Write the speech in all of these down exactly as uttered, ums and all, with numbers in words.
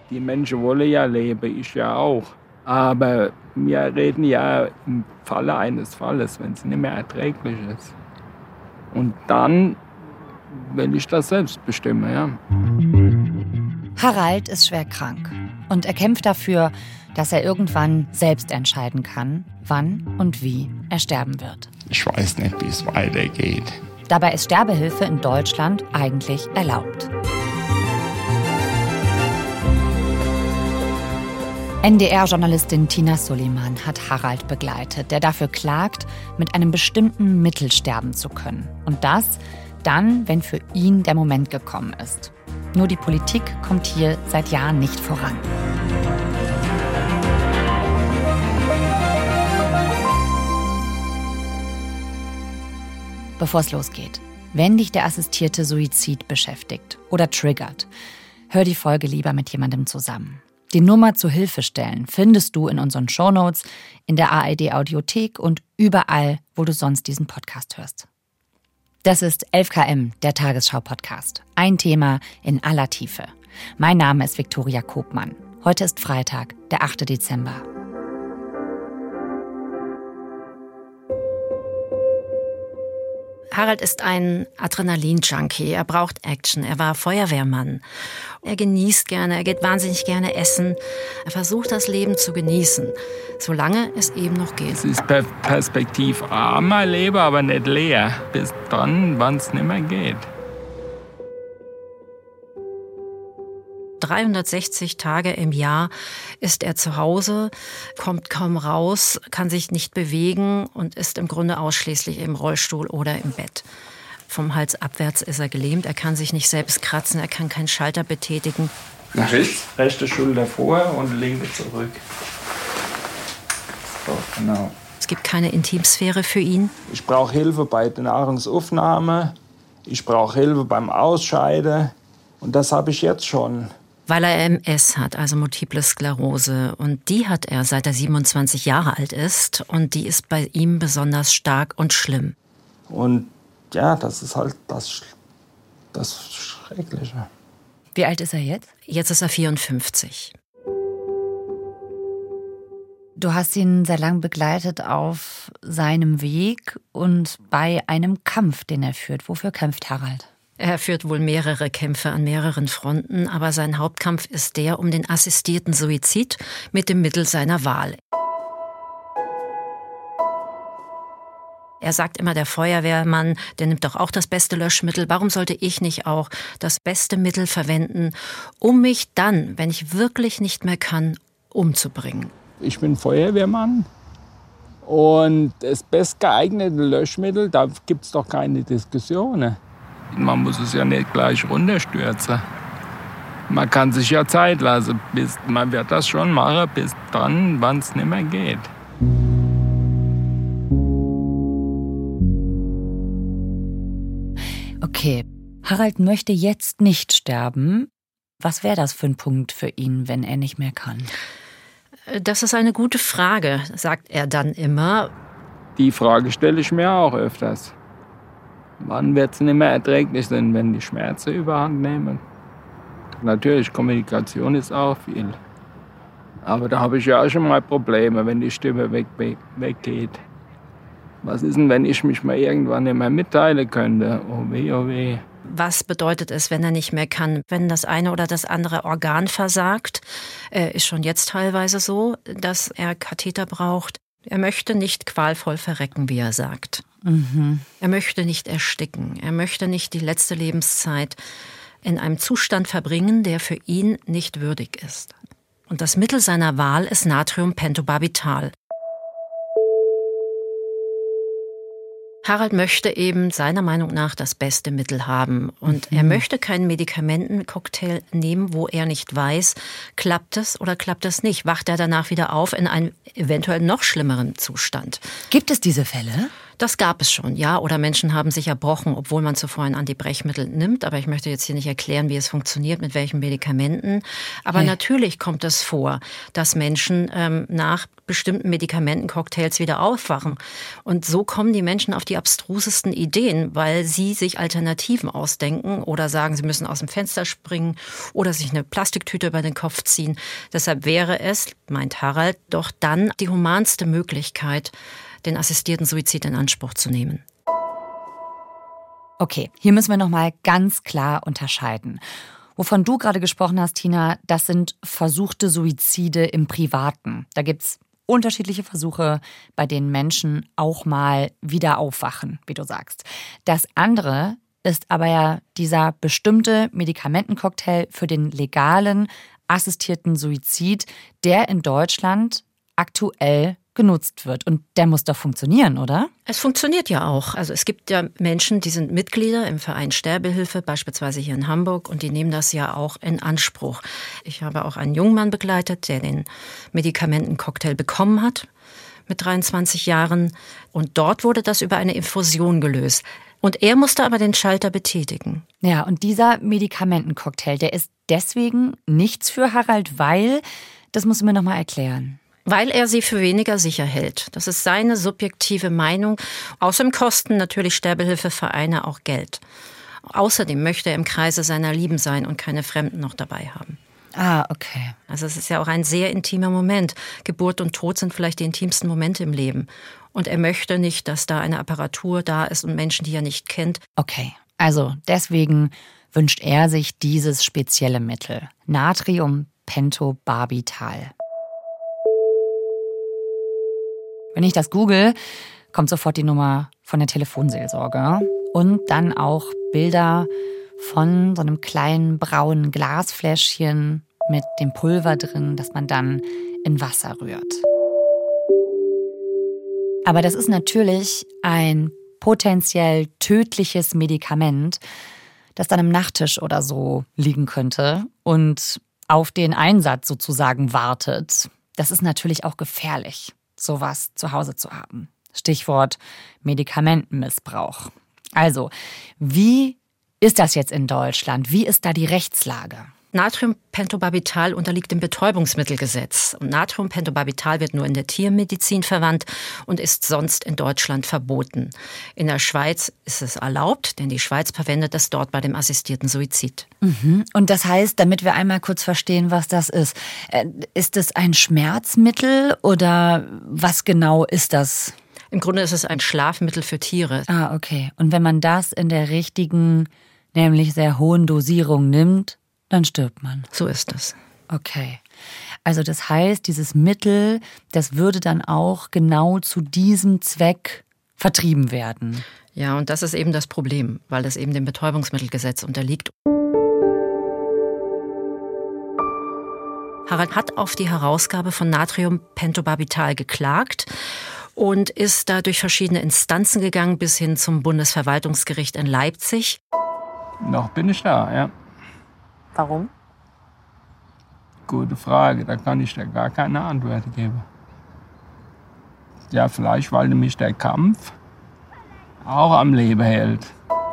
Die Menschen wollen ja leben, ich ja auch. Aber wir reden ja im Falle eines Falles, wenn es nicht mehr erträglich ist. Und dann will ich das selbst bestimmen, ja. Harald ist schwer krank und er kämpft dafür, dass er irgendwann selbst entscheiden kann, wann und wie er sterben wird. Ich weiß nicht, wie es weitergeht. Dabei ist Sterbehilfe in Deutschland eigentlich erlaubt. N D R-Journalistin Tina Suleiman hat Harald begleitet, der dafür klagt, mit einem bestimmten Mittel sterben zu können. Und das dann, wenn für ihn der Moment gekommen ist. Nur die Politik kommt hier seit Jahren nicht voran. Bevor es losgeht, wenn dich der assistierte Suizid beschäftigt oder triggert, hör die Folge lieber mit jemandem zusammen. Die Nummer zur Hilfestellen findest du in unseren Shownotes, in der A R D-Audiothek und überall, wo du sonst diesen Podcast hörst. Das ist elf Kilometer, der Tagesschau-Podcast. Ein Thema in aller Tiefe. Mein Name ist Viktoria Kopmann. Heute ist Freitag, der achte Dezember. Harald ist ein Adrenalin-Junkie. Er braucht Action. Er war Feuerwehrmann. Er genießt gerne, er geht wahnsinnig gerne essen. Er versucht, das Leben zu genießen, solange es eben noch geht. Es ist per- perspektivarmer Leben, aber nicht leer. Bis dann, wann es nicht mehr geht. dreihundertsechzig Tage im Jahr ist er zu Hause, kommt kaum raus, kann sich nicht bewegen und ist im Grunde ausschließlich im Rollstuhl oder im Bett. Vom Hals abwärts ist er gelähmt, er kann sich nicht selbst kratzen, er kann keinen Schalter betätigen. Nach rechts, rechte Schulter vor und linke zurück. So, genau. Es gibt keine Intimsphäre für ihn. Ich brauche Hilfe bei der Nahrungsaufnahme, ich brauche Hilfe beim Ausscheiden und das habe ich jetzt schon. Weil er M S hat, also Multiple Sklerose. Und die hat er, seit er siebenundzwanzig Jahre alt ist. Und die ist bei ihm besonders stark und schlimm. Und ja, das ist halt das, das Schreckliche. Wie alt ist er jetzt? Jetzt ist er vierundfünfzig. Du hast ihn sehr lang begleitet auf seinem Weg und bei einem Kampf, den er führt. Wofür kämpft Harald? Er führt wohl mehrere Kämpfe an mehreren Fronten, aber sein Hauptkampf ist der um den assistierten Suizid mit dem Mittel seiner Wahl. Er sagt immer, der Feuerwehrmann, der nimmt doch auch das beste Löschmittel. Warum sollte ich nicht auch das beste Mittel verwenden, um mich dann, wenn ich wirklich nicht mehr kann, umzubringen? Ich bin Feuerwehrmann und das bestgeeignete Löschmittel, da gibt es doch keine Diskussionen. Man muss es ja nicht gleich runterstürzen. Man kann sich ja Zeit lassen. Bis, man wird das schon machen, bis dann, wann es nicht mehr geht. Okay, Harald möchte jetzt nicht sterben. Was wäre das für ein Punkt für ihn, wenn er nicht mehr kann? Das ist eine gute Frage, sagt er dann immer. Die Frage stelle ich mir auch öfters. Wann wird es nicht mehr erträglich sein, wenn die Schmerzen überhand nehmen? Natürlich, Kommunikation ist auch viel. Aber da habe ich ja auch schon mal Probleme, wenn die Stimme weg, weg, weggeht. Was ist denn, wenn ich mich mal irgendwann nicht mehr mitteilen könnte? Oh weh, oh weh. Was bedeutet es, wenn er nicht mehr kann? Wenn das eine oder das andere Organ versagt, äh, ist schon jetzt teilweise so, dass er Katheter braucht. Er möchte nicht qualvoll verrecken, wie er sagt. Mhm. Er möchte nicht ersticken. Er möchte nicht die letzte Lebenszeit in einem Zustand verbringen, der für ihn nicht würdig ist. Und das Mittel seiner Wahl ist Natriumpentobarbital. Harald möchte eben seiner Meinung nach das beste Mittel haben. Und mhm. er möchte keinen Medikamentencocktail nehmen, wo er nicht weiß, klappt es oder klappt es nicht. Wacht er danach wieder auf in einem eventuell noch schlimmeren Zustand. Gibt es diese Fälle? Das gab es schon, ja. Oder Menschen haben sich erbrochen, obwohl man zuvor ein Antibrechmittel nimmt. Aber ich möchte jetzt hier nicht erklären, wie es funktioniert, mit welchen Medikamenten. Aber hey. Natürlich kommt es vor, dass Menschen ähm, nach bestimmten Medikamentencocktails wieder aufwachen. Und so kommen die Menschen auf die abstrusesten Ideen, weil sie sich Alternativen ausdenken oder sagen, sie müssen aus dem Fenster springen oder sich eine Plastiktüte über den Kopf ziehen. Deshalb wäre es, meint Harald, doch dann die humanste Möglichkeit, den assistierten Suizid in Anspruch zu nehmen. Okay, hier müssen wir nochmal ganz klar unterscheiden. Wovon du gerade gesprochen hast, Tina, das sind versuchte Suizide im Privaten. Da gibt's unterschiedliche Versuche, bei denen Menschen auch mal wieder aufwachen, wie du sagst. Das andere ist aber ja dieser bestimmte Medikamentencocktail für den legalen, assistierten Suizid, der in Deutschland aktuell genutzt wird. Und der muss doch funktionieren, oder? Es funktioniert ja auch. Also es gibt ja Menschen, die sind Mitglieder im Verein Sterbehilfe, beispielsweise hier in Hamburg, und die nehmen das ja auch in Anspruch. Ich habe auch einen jungen Mann begleitet, der den Medikamentencocktail bekommen hat mit dreiundzwanzig Jahren. Und dort wurde das über eine Infusion gelöst. Und er musste aber den Schalter betätigen. Ja, und dieser Medikamentencocktail, der ist deswegen nichts für Harald, weil, das musst du mir nochmal erklären. Weil er sie für weniger sicher hält. Das ist seine subjektive Meinung. Außerdem kosten natürlich Sterbehilfevereine auch Geld. Außerdem möchte er im Kreise seiner Lieben sein und keine Fremden noch dabei haben. Ah, okay. Also es ist ja auch ein sehr intimer Moment. Geburt und Tod sind vielleicht die intimsten Momente im Leben. Und er möchte nicht, dass da eine Apparatur da ist und Menschen, die er nicht kennt. Okay, also deswegen wünscht er sich dieses spezielle Mittel. Natriumpentobarbital. Wenn ich das google, kommt sofort die Nummer von der Telefonseelsorge und dann auch Bilder von so einem kleinen braunen Glasfläschchen mit dem Pulver drin, das man dann in Wasser rührt. Aber das ist natürlich ein potenziell tödliches Medikament, das dann im Nachttisch oder so liegen könnte und auf den Einsatz sozusagen wartet. Das ist natürlich auch gefährlich, sowas zu Hause zu haben. Stichwort Medikamentenmissbrauch. Also, wie ist das jetzt in Deutschland? Wie ist da die Rechtslage? Natriumpentobarbital unterliegt dem Betäubungsmittelgesetz. Und Natriumpentobarbital wird nur in der Tiermedizin verwandt und ist sonst in Deutschland verboten. In der Schweiz ist es erlaubt, denn die Schweiz verwendet es dort bei dem assistierten Suizid. Mhm. Und das heißt, damit wir einmal kurz verstehen, was das ist, ist es ein Schmerzmittel oder was genau ist das? Im Grunde ist es ein Schlafmittel für Tiere. Ah, okay. Und wenn man das in der richtigen, nämlich sehr hohen Dosierung nimmt, dann stirbt man. So ist es. Okay. Also das heißt, dieses Mittel, das würde dann auch genau zu diesem Zweck vertrieben werden. Ja, und das ist eben das Problem, weil es eben dem Betäubungsmittelgesetz unterliegt. Harald hat auf die Herausgabe von Natriumpentobarbital geklagt und ist da durch verschiedene Instanzen gegangen, bis hin zum Bundesverwaltungsgericht in Leipzig. Noch bin ich da, ja. Warum? Gute Frage, da kann ich dir gar keine Antwort geben. Ja, vielleicht, weil mich der Kampf auch am Leben hält.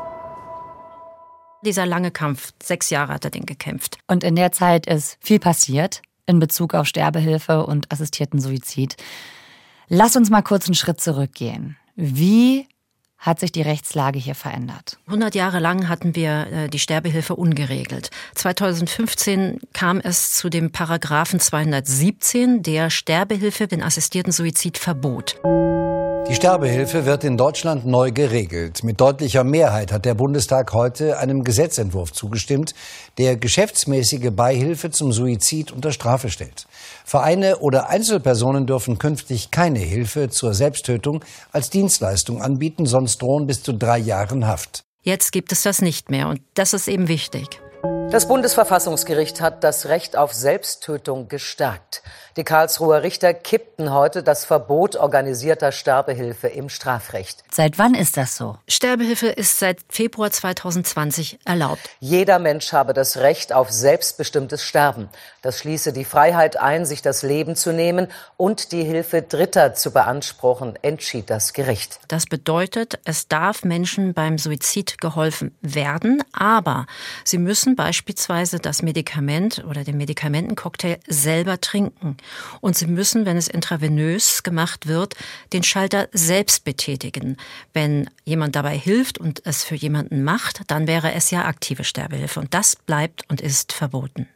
Dieser lange Kampf, sechs Jahre hat er den gekämpft. Und in der Zeit ist viel passiert in Bezug auf Sterbehilfe und assistierten Suizid. Lass uns mal kurz einen Schritt zurückgehen. Wie hat sich die Rechtslage hier verändert? hundert Jahre lang hatten wir die Sterbehilfe ungeregelt. zweitausendfünfzehn kam es zu dem Paragraphen zweihundertsiebzehn, der Sterbehilfe, den assistierten Suizid verbot. Die Sterbehilfe wird in Deutschland neu geregelt. Mit deutlicher Mehrheit hat der Bundestag heute einem Gesetzentwurf zugestimmt, der geschäftsmäßige Beihilfe zum Suizid unter Strafe stellt. Vereine oder Einzelpersonen dürfen künftig keine Hilfe zur Selbsttötung als Dienstleistung anbieten, sonst drohen bis zu drei Jahren Haft. Jetzt gibt es das nicht mehr und das ist eben wichtig. Das Bundesverfassungsgericht hat das Recht auf Selbsttötung gestärkt. Die Karlsruher Richter kippten heute das Verbot organisierter Sterbehilfe im Strafrecht. Seit wann ist das so? Sterbehilfe ist seit Februar zweitausendzwanzig erlaubt. Jeder Mensch habe das Recht auf selbstbestimmtes Sterben. Das schließe die Freiheit ein, sich das Leben zu nehmen und die Hilfe Dritter zu beanspruchen, entschied das Gericht. Das bedeutet, es darf Menschen beim Suizid geholfen werden, aber sie müssen beispielsweise das Medikament oder den Medikamentencocktail selber trinken. Und sie müssen, wenn es intravenös gemacht wird, den Schalter selbst betätigen. Wenn jemand dabei hilft und es für jemanden macht, dann wäre es ja aktive Sterbehilfe. Und das bleibt und ist verboten.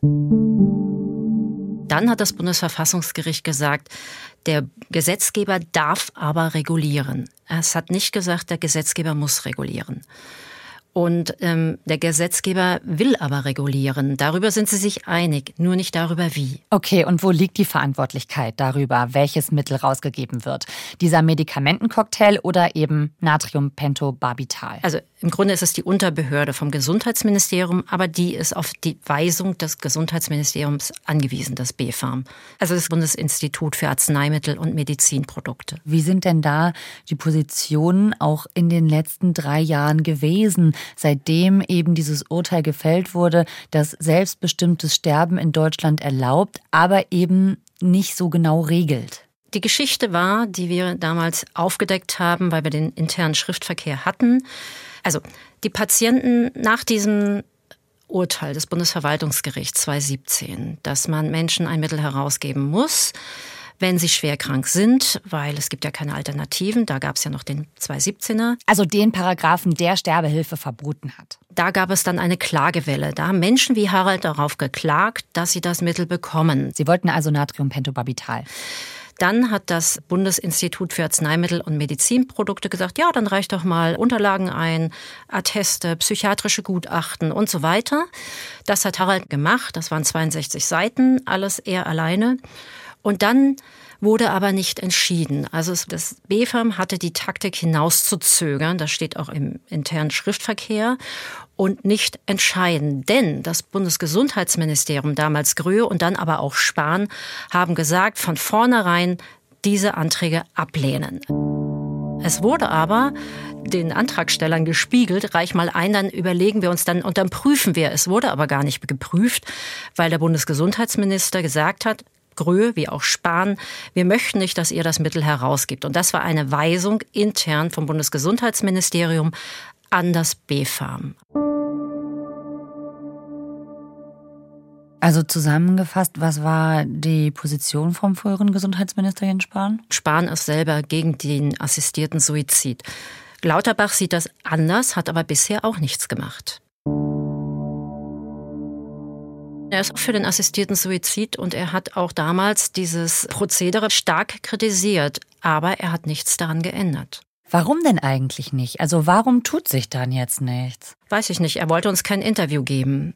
Dann hat das Bundesverfassungsgericht gesagt, der Gesetzgeber darf aber regulieren. Es hat nicht gesagt, der Gesetzgeber muss regulieren. Und ähm, der Gesetzgeber will aber regulieren. Darüber sind sie sich einig, nur nicht darüber wie. Okay, und wo liegt die Verantwortlichkeit darüber, welches Mittel rausgegeben wird? Dieser Medikamentencocktail oder eben Natriumpentobarbital? Also im Grunde ist es die Unterbehörde vom Gesundheitsministerium, aber die ist auf die Weisung des Gesundheitsministeriums angewiesen, das B F A M. Also das Bundesinstitut für Arzneimittel und Medizinprodukte. Wie sind denn da die Positionen auch in den letzten drei Jahren gewesen, seitdem eben dieses Urteil gefällt wurde, dass selbstbestimmtes Sterben in Deutschland erlaubt, aber eben nicht so genau regelt? Die Geschichte war, die wir damals aufgedeckt haben, weil wir den internen Schriftverkehr hatten. Also die Patienten nach diesem Urteil des Bundesverwaltungsgerichts zweitausendsiebzehn, dass man Menschen ein Mittel herausgeben muss, wenn sie schwer krank sind, weil es gibt ja keine Alternativen. Da gab es ja noch den zweihundertsiebzehner. Also den Paragraphen, der Sterbehilfe verboten hat. Da gab es dann eine Klagewelle. Da haben Menschen wie Harald darauf geklagt, dass sie das Mittel bekommen. Sie wollten also Natriumpentobarbital. Dann hat das Bundesinstitut für Arzneimittel und Medizinprodukte gesagt, ja, dann reicht doch mal Unterlagen ein, Atteste, psychiatrische Gutachten und so weiter. Das hat Harald gemacht. Das waren zweiundsechzig Seiten, alles er alleine. Und dann wurde aber nicht entschieden. Also das B F A M hatte die Taktik hinauszuzögern, das steht auch im internen Schriftverkehr, und nicht entscheiden. Denn das Bundesgesundheitsministerium, damals Gröhe und dann aber auch Spahn, haben gesagt, von vornherein diese Anträge ablehnen. Es wurde aber den Antragstellern gespiegelt, reich mal ein, dann überlegen wir uns dann und dann prüfen wir. Es wurde aber gar nicht geprüft, weil der Bundesgesundheitsminister gesagt hat, Gröhe wie auch Spahn, wir möchten nicht, dass ihr das Mittel herausgibt. Und das war eine Weisung intern vom Bundesgesundheitsministerium an das B F A M. Also zusammengefasst, was war die Position vom früheren Gesundheitsminister Jens Spahn? Spahn ist selber gegen den assistierten Suizid. Lauterbach sieht das anders, hat aber bisher auch nichts gemacht. Er ist für den assistierten Suizid und er hat auch damals dieses Prozedere stark kritisiert, aber er hat nichts daran geändert. Warum denn eigentlich nicht? Also warum tut sich dann jetzt nichts? Weiß ich nicht, er wollte uns kein Interview geben.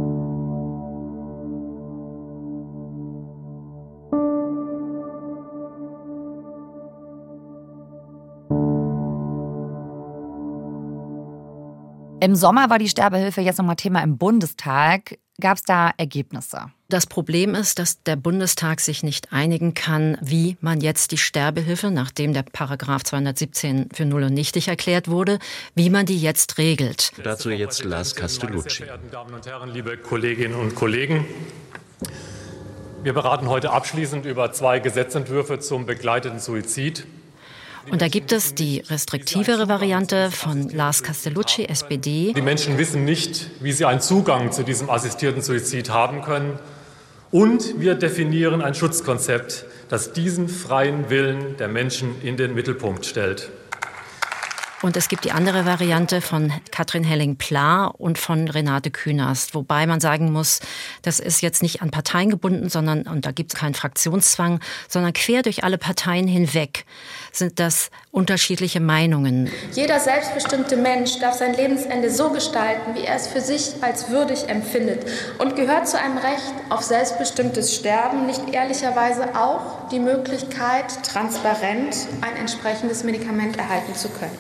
Im Sommer war die Sterbehilfe jetzt nochmal Thema im Bundestag. Gab es da Ergebnisse? Das Problem ist, dass der Bundestag sich nicht einigen kann, wie man jetzt die Sterbehilfe, nachdem der Paragraph zweihundertsiebzehn für null und nichtig erklärt wurde, wie man die jetzt regelt. Dazu jetzt Lars Castellucci. Sehr verehrte Damen und Herren, liebe Kolleginnen und Kollegen. Wir beraten heute abschließend über zwei Gesetzentwürfe zum begleiteten Suizid. Und da gibt es die restriktivere Variante von Lars Castellucci, S P D. Die Menschen wissen nicht, wie sie einen Zugang zu diesem assistierten Suizid haben können. Und wir definieren ein Schutzkonzept, das diesen freien Willen der Menschen in den Mittelpunkt stellt. Und es gibt die andere Variante von Katrin Helling-Pla und von Renate Künast. Wobei man sagen muss, das ist jetzt nicht an Parteien gebunden, sondern, und da gibt es keinen Fraktionszwang, sondern quer durch alle Parteien hinweg sind das unterschiedliche Meinungen. Jeder selbstbestimmte Mensch darf sein Lebensende so gestalten, wie er es für sich als würdig empfindet und gehört zu einem Recht auf selbstbestimmtes Sterben nicht ehrlicherweise auch die Möglichkeit, transparent ein entsprechendes Medikament erhalten zu können.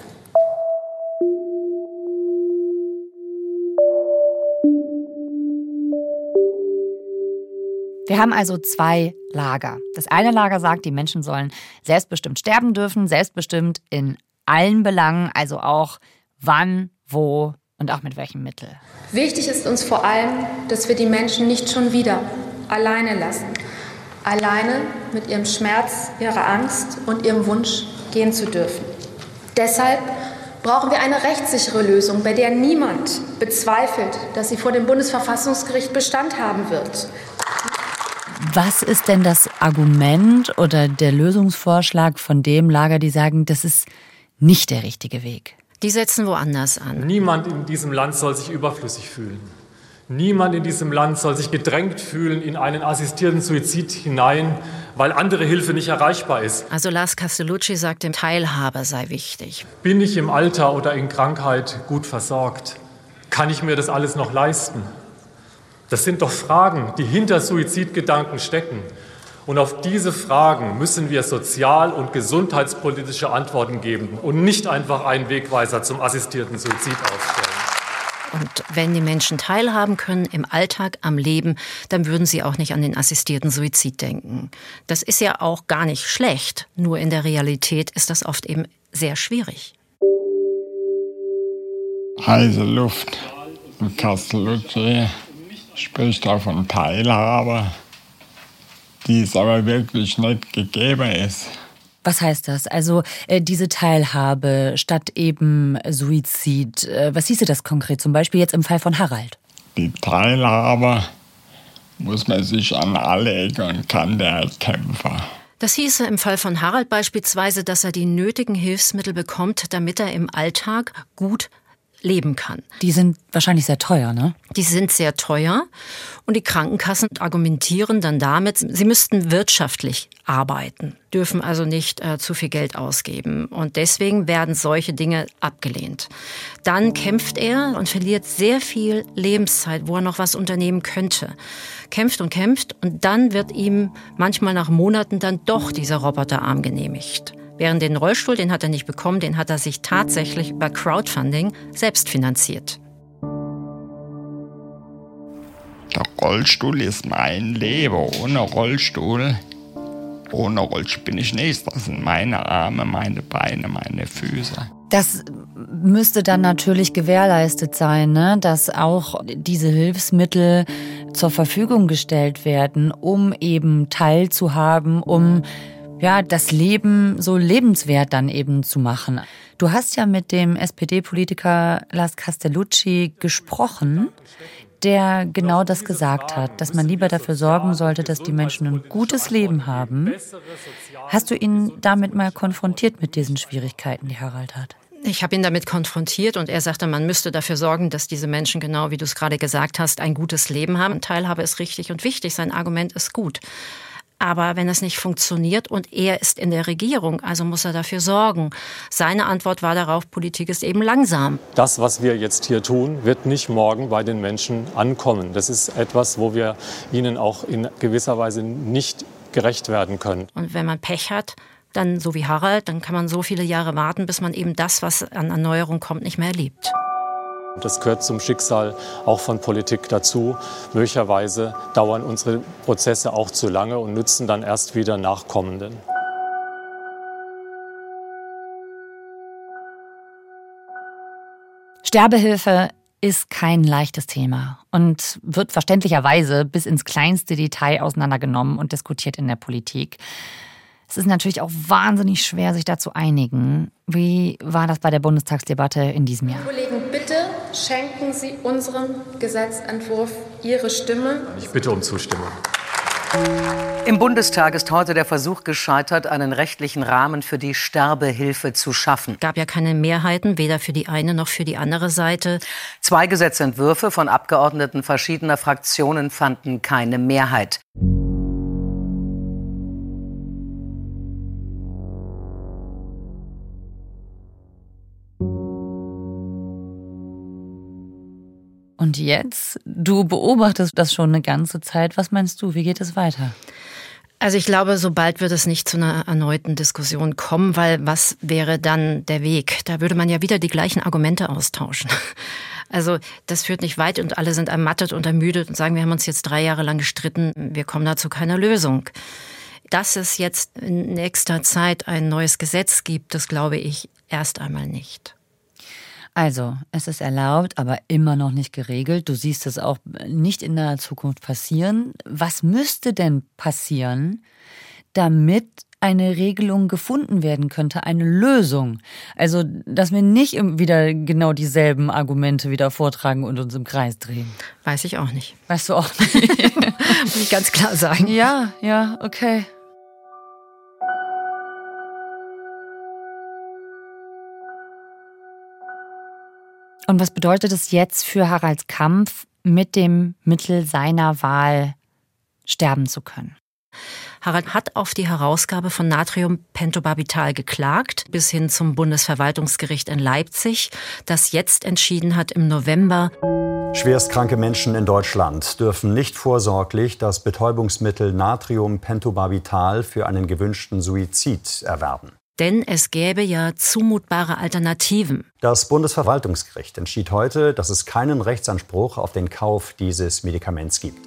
Wir haben also zwei Lager. Das eine Lager sagt, die Menschen sollen selbstbestimmt sterben dürfen, selbstbestimmt in allen Belangen, also auch wann, wo und auch mit welchem Mittel. Wichtig ist uns vor allem, dass wir die Menschen nicht schon wieder alleine lassen. Alleine mit ihrem Schmerz, ihrer Angst und ihrem Wunsch gehen zu dürfen. Deshalb brauchen wir eine rechtssichere Lösung, bei der niemand bezweifelt, dass sie vor dem Bundesverfassungsgericht Bestand haben wird. Was ist denn das Argument oder der Lösungsvorschlag von dem Lager, die sagen, das ist nicht der richtige Weg? Die setzen woanders an. Niemand in diesem Land soll sich überflüssig fühlen. Niemand in diesem Land soll sich gedrängt fühlen in einen assistierten Suizid hinein, weil andere Hilfe nicht erreichbar ist. Also Lars Castellucci sagt, dem Teilhabe sei wichtig. Bin ich im Alter oder in Krankheit gut versorgt? Kann ich mir das alles noch leisten? Das sind doch Fragen, die hinter Suizidgedanken stecken. Und auf diese Fragen müssen wir sozial- und gesundheitspolitische Antworten geben und nicht einfach einen Wegweiser zum assistierten Suizid aufstellen. Und wenn die Menschen teilhaben können im Alltag, am Leben, dann würden sie auch nicht an den assistierten Suizid denken. Das ist ja auch gar nicht schlecht, nur in der Realität ist das oft eben sehr schwierig. Heiße Luft. Castellucci spricht auch von Teilhabe, die es aber wirklich nicht gegeben ist. Was heißt das? Also äh, diese Teilhabe statt eben Suizid. Äh, was hieße das konkret? Zum Beispiel jetzt im Fall von Harald. Die Teilhabe muss man sich an alle Ecken und Kanten erkämpfen. Das hieße im Fall von Harald beispielsweise, dass er die nötigen Hilfsmittel bekommt, damit er im Alltag gut leben kann. Die sind wahrscheinlich sehr teuer, ne? Die sind sehr teuer und die Krankenkassen argumentieren dann damit, sie müssten wirtschaftlich arbeiten, dürfen also nicht äh, zu viel Geld ausgeben und deswegen werden solche Dinge abgelehnt. Dann kämpft er und verliert sehr viel Lebenszeit, wo er noch was unternehmen könnte. Kämpft und kämpft und dann wird ihm manchmal nach Monaten dann doch dieser Roboterarm genehmigt. Während den Rollstuhl, den hat er nicht bekommen, den hat er sich tatsächlich über Crowdfunding selbst finanziert. Der Rollstuhl ist mein Leben. Ohne Rollstuhl, ohne Rollstuhl bin ich nichts. Das sind meine Arme, meine Beine, meine Füße. Das müsste dann natürlich gewährleistet sein, ne? Dass auch diese Hilfsmittel zur Verfügung gestellt werden, um eben teilzuhaben, um ja, das Leben so lebenswert dann eben zu machen. Du hast ja mit dem S P D-Politiker Lars Castellucci gesprochen, der genau das gesagt hat, dass man lieber dafür sorgen sollte, dass die Menschen ein gutes Leben haben. Hast du ihn damit mal konfrontiert mit diesen Schwierigkeiten, die Harald hat? Ich habe ihn damit konfrontiert und er sagte, man müsste dafür sorgen, dass diese Menschen, genau wie du es gerade gesagt hast, ein gutes Leben haben. Teilhabe ist richtig und wichtig, sein Argument ist gut. Aber wenn es nicht funktioniert und er ist in der Regierung, also muss er dafür sorgen. Seine Antwort war darauf, Politik ist eben langsam. Das, was wir jetzt hier tun, wird nicht morgen bei den Menschen ankommen. Das ist etwas, wo wir ihnen auch in gewisser Weise nicht gerecht werden können. Und wenn man Pech hat, dann so wie Harald, dann kann man so viele Jahre warten, bis man eben das, was an Erneuerung kommt, nicht mehr erlebt. Das gehört zum Schicksal auch von Politik dazu. Möglicherweise dauern unsere Prozesse auch zu lange und nützen dann erst wieder Nachkommenden. Sterbehilfe ist kein leichtes Thema und wird verständlicherweise bis ins kleinste Detail auseinandergenommen und diskutiert in der Politik. Es ist natürlich auch wahnsinnig schwer, sich da zu einigen. Wie war das bei der Bundestagsdebatte in diesem Jahr? Kollegen, bitte schenken Sie unserem Gesetzentwurf Ihre Stimme. Ich bitte um Zustimmung. Im Bundestag ist heute der Versuch gescheitert, einen rechtlichen Rahmen für die Sterbehilfe zu schaffen. Es gab ja keine Mehrheiten, weder für die eine noch für die andere Seite. Zwei Gesetzentwürfe von Abgeordneten verschiedener Fraktionen fanden keine Mehrheit. Und jetzt? Du beobachtest das schon eine ganze Zeit. Was meinst du, wie geht es weiter? Also ich glaube, so bald wird es nicht zu einer erneuten Diskussion kommen, weil was wäre dann der Weg? Da würde man ja wieder die gleichen Argumente austauschen. Also das führt nicht weit und alle sind ermattet und ermüdet und sagen, wir haben uns jetzt drei Jahre lang gestritten, wir kommen da zu keiner Lösung. Dass es jetzt in nächster Zeit ein neues Gesetz gibt, das glaube ich erst einmal nicht. Also, es ist erlaubt, aber immer noch nicht geregelt. Du siehst es auch nicht in der Zukunft passieren. Was müsste denn passieren, damit eine Regelung gefunden werden könnte, eine Lösung? Also, dass wir nicht wieder genau dieselben Argumente wieder vortragen und uns im Kreis drehen. Weiß ich auch nicht. Weißt du auch nicht? Muss ich ganz klar sagen. Ja, ja, okay. Und was bedeutet es jetzt für Haralds Kampf, mit dem Mittel seiner Wahl sterben zu können? Harald hat auf die Herausgabe von Natriumpentobarbital geklagt, bis hin zum Bundesverwaltungsgericht in Leipzig, das jetzt entschieden hat im November. Schwerstkranke Menschen in Deutschland dürfen nicht vorsorglich das Betäubungsmittel Natriumpentobarbital für einen gewünschten Suizid erwerben. Denn es gäbe ja zumutbare Alternativen. Das Bundesverwaltungsgericht entschied heute, dass es keinen Rechtsanspruch auf den Kauf dieses Medikaments gibt.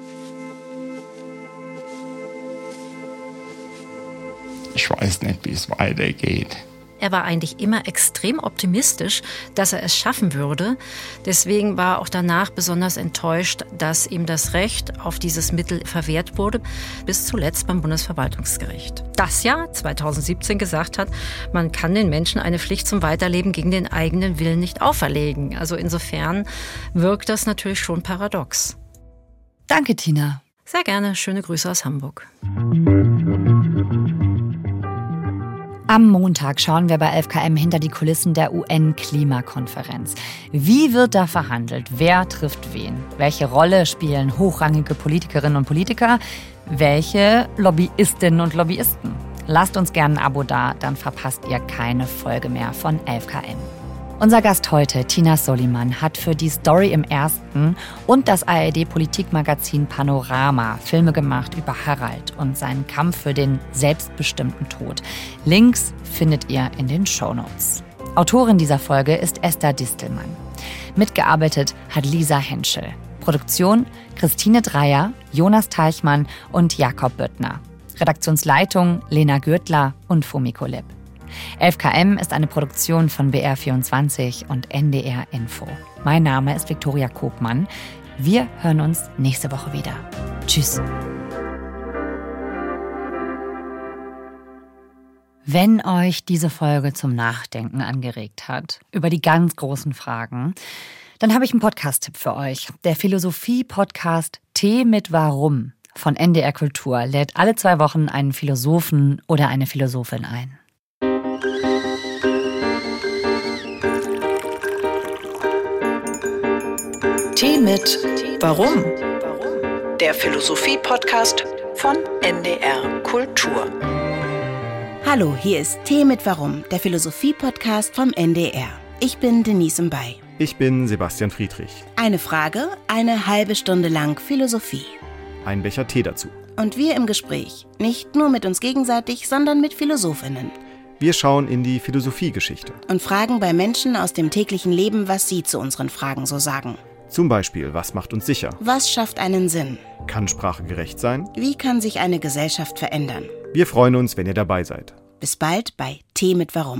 Ich weiß nicht, wie es weitergeht. Er war eigentlich immer extrem optimistisch, dass er es schaffen würde. Deswegen war er auch danach besonders enttäuscht, dass ihm das Recht auf dieses Mittel verwehrt wurde, bis zuletzt beim Bundesverwaltungsgericht. Das ja zweitausendsiebzehn gesagt hat, man kann den Menschen eine Pflicht zum Weiterleben gegen den eigenen Willen nicht auferlegen. Also insofern wirkt das natürlich schon paradox. Danke, Tina. Sehr gerne. Schöne Grüße aus Hamburg. Am Montag schauen wir bei elf K M hinter die Kulissen der U N-Klimakonferenz. Wie wird da verhandelt? Wer trifft wen? Welche Rolle spielen hochrangige Politikerinnen und Politiker? Welche Lobbyistinnen und Lobbyisten? Lasst uns gerne ein Abo da, dann verpasst ihr keine Folge mehr von elf K M. Unser Gast heute, Tina Soliman, hat für die Story im Ersten und das A R D-Politikmagazin Panorama Filme gemacht über Harald und seinen Kampf für den selbstbestimmten Tod. Links findet ihr in den Shownotes. Autorin dieser Folge ist Esther Distelmann. Mitgearbeitet hat Lisa Henschel. Produktion Christine Dreier, Jonas Teichmann und Jakob Böttner. Redaktionsleitung Lena Gürtler und Fumiko Lipp. elf K M ist eine Produktion von B R vierundzwanzig und N D R Info. Mein Name ist Viktoria Kopmann. Wir hören uns nächste Woche wieder. Tschüss. Wenn euch diese Folge zum Nachdenken angeregt hat, über die ganz großen Fragen, dann habe ich einen Podcast-Tipp für euch. Der Philosophie-Podcast Tee mit Warum von N D R Kultur lädt alle zwei Wochen einen Philosophen oder eine Philosophin ein. Tee mit Warum? Der Philosophie-Podcast von N D R Kultur. Hallo, hier ist Tee mit Warum, der Philosophie-Podcast vom N D R. Ich bin Denise Mbay. Ich bin Sebastian Friedrich. Eine Frage, eine halbe Stunde lang Philosophie. Ein Becher Tee dazu. Und wir im Gespräch, nicht nur mit uns gegenseitig, sondern mit Philosophinnen. Wir schauen in die Philosophiegeschichte. Und fragen bei Menschen aus dem täglichen Leben, was sie zu unseren Fragen so sagen. Zum Beispiel, was macht uns sicher? Was schafft einen Sinn? Kann Sprache gerecht sein? Wie kann sich eine Gesellschaft verändern? Wir freuen uns, wenn ihr dabei seid. Bis bald bei Tee mit Warum.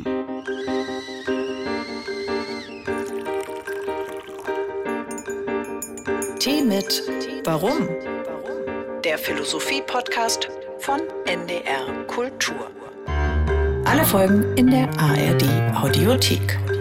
Tee mit Warum? Der Philosophie-Podcast von N D R Kultur. Alle Folgen in der A R D Audiothek.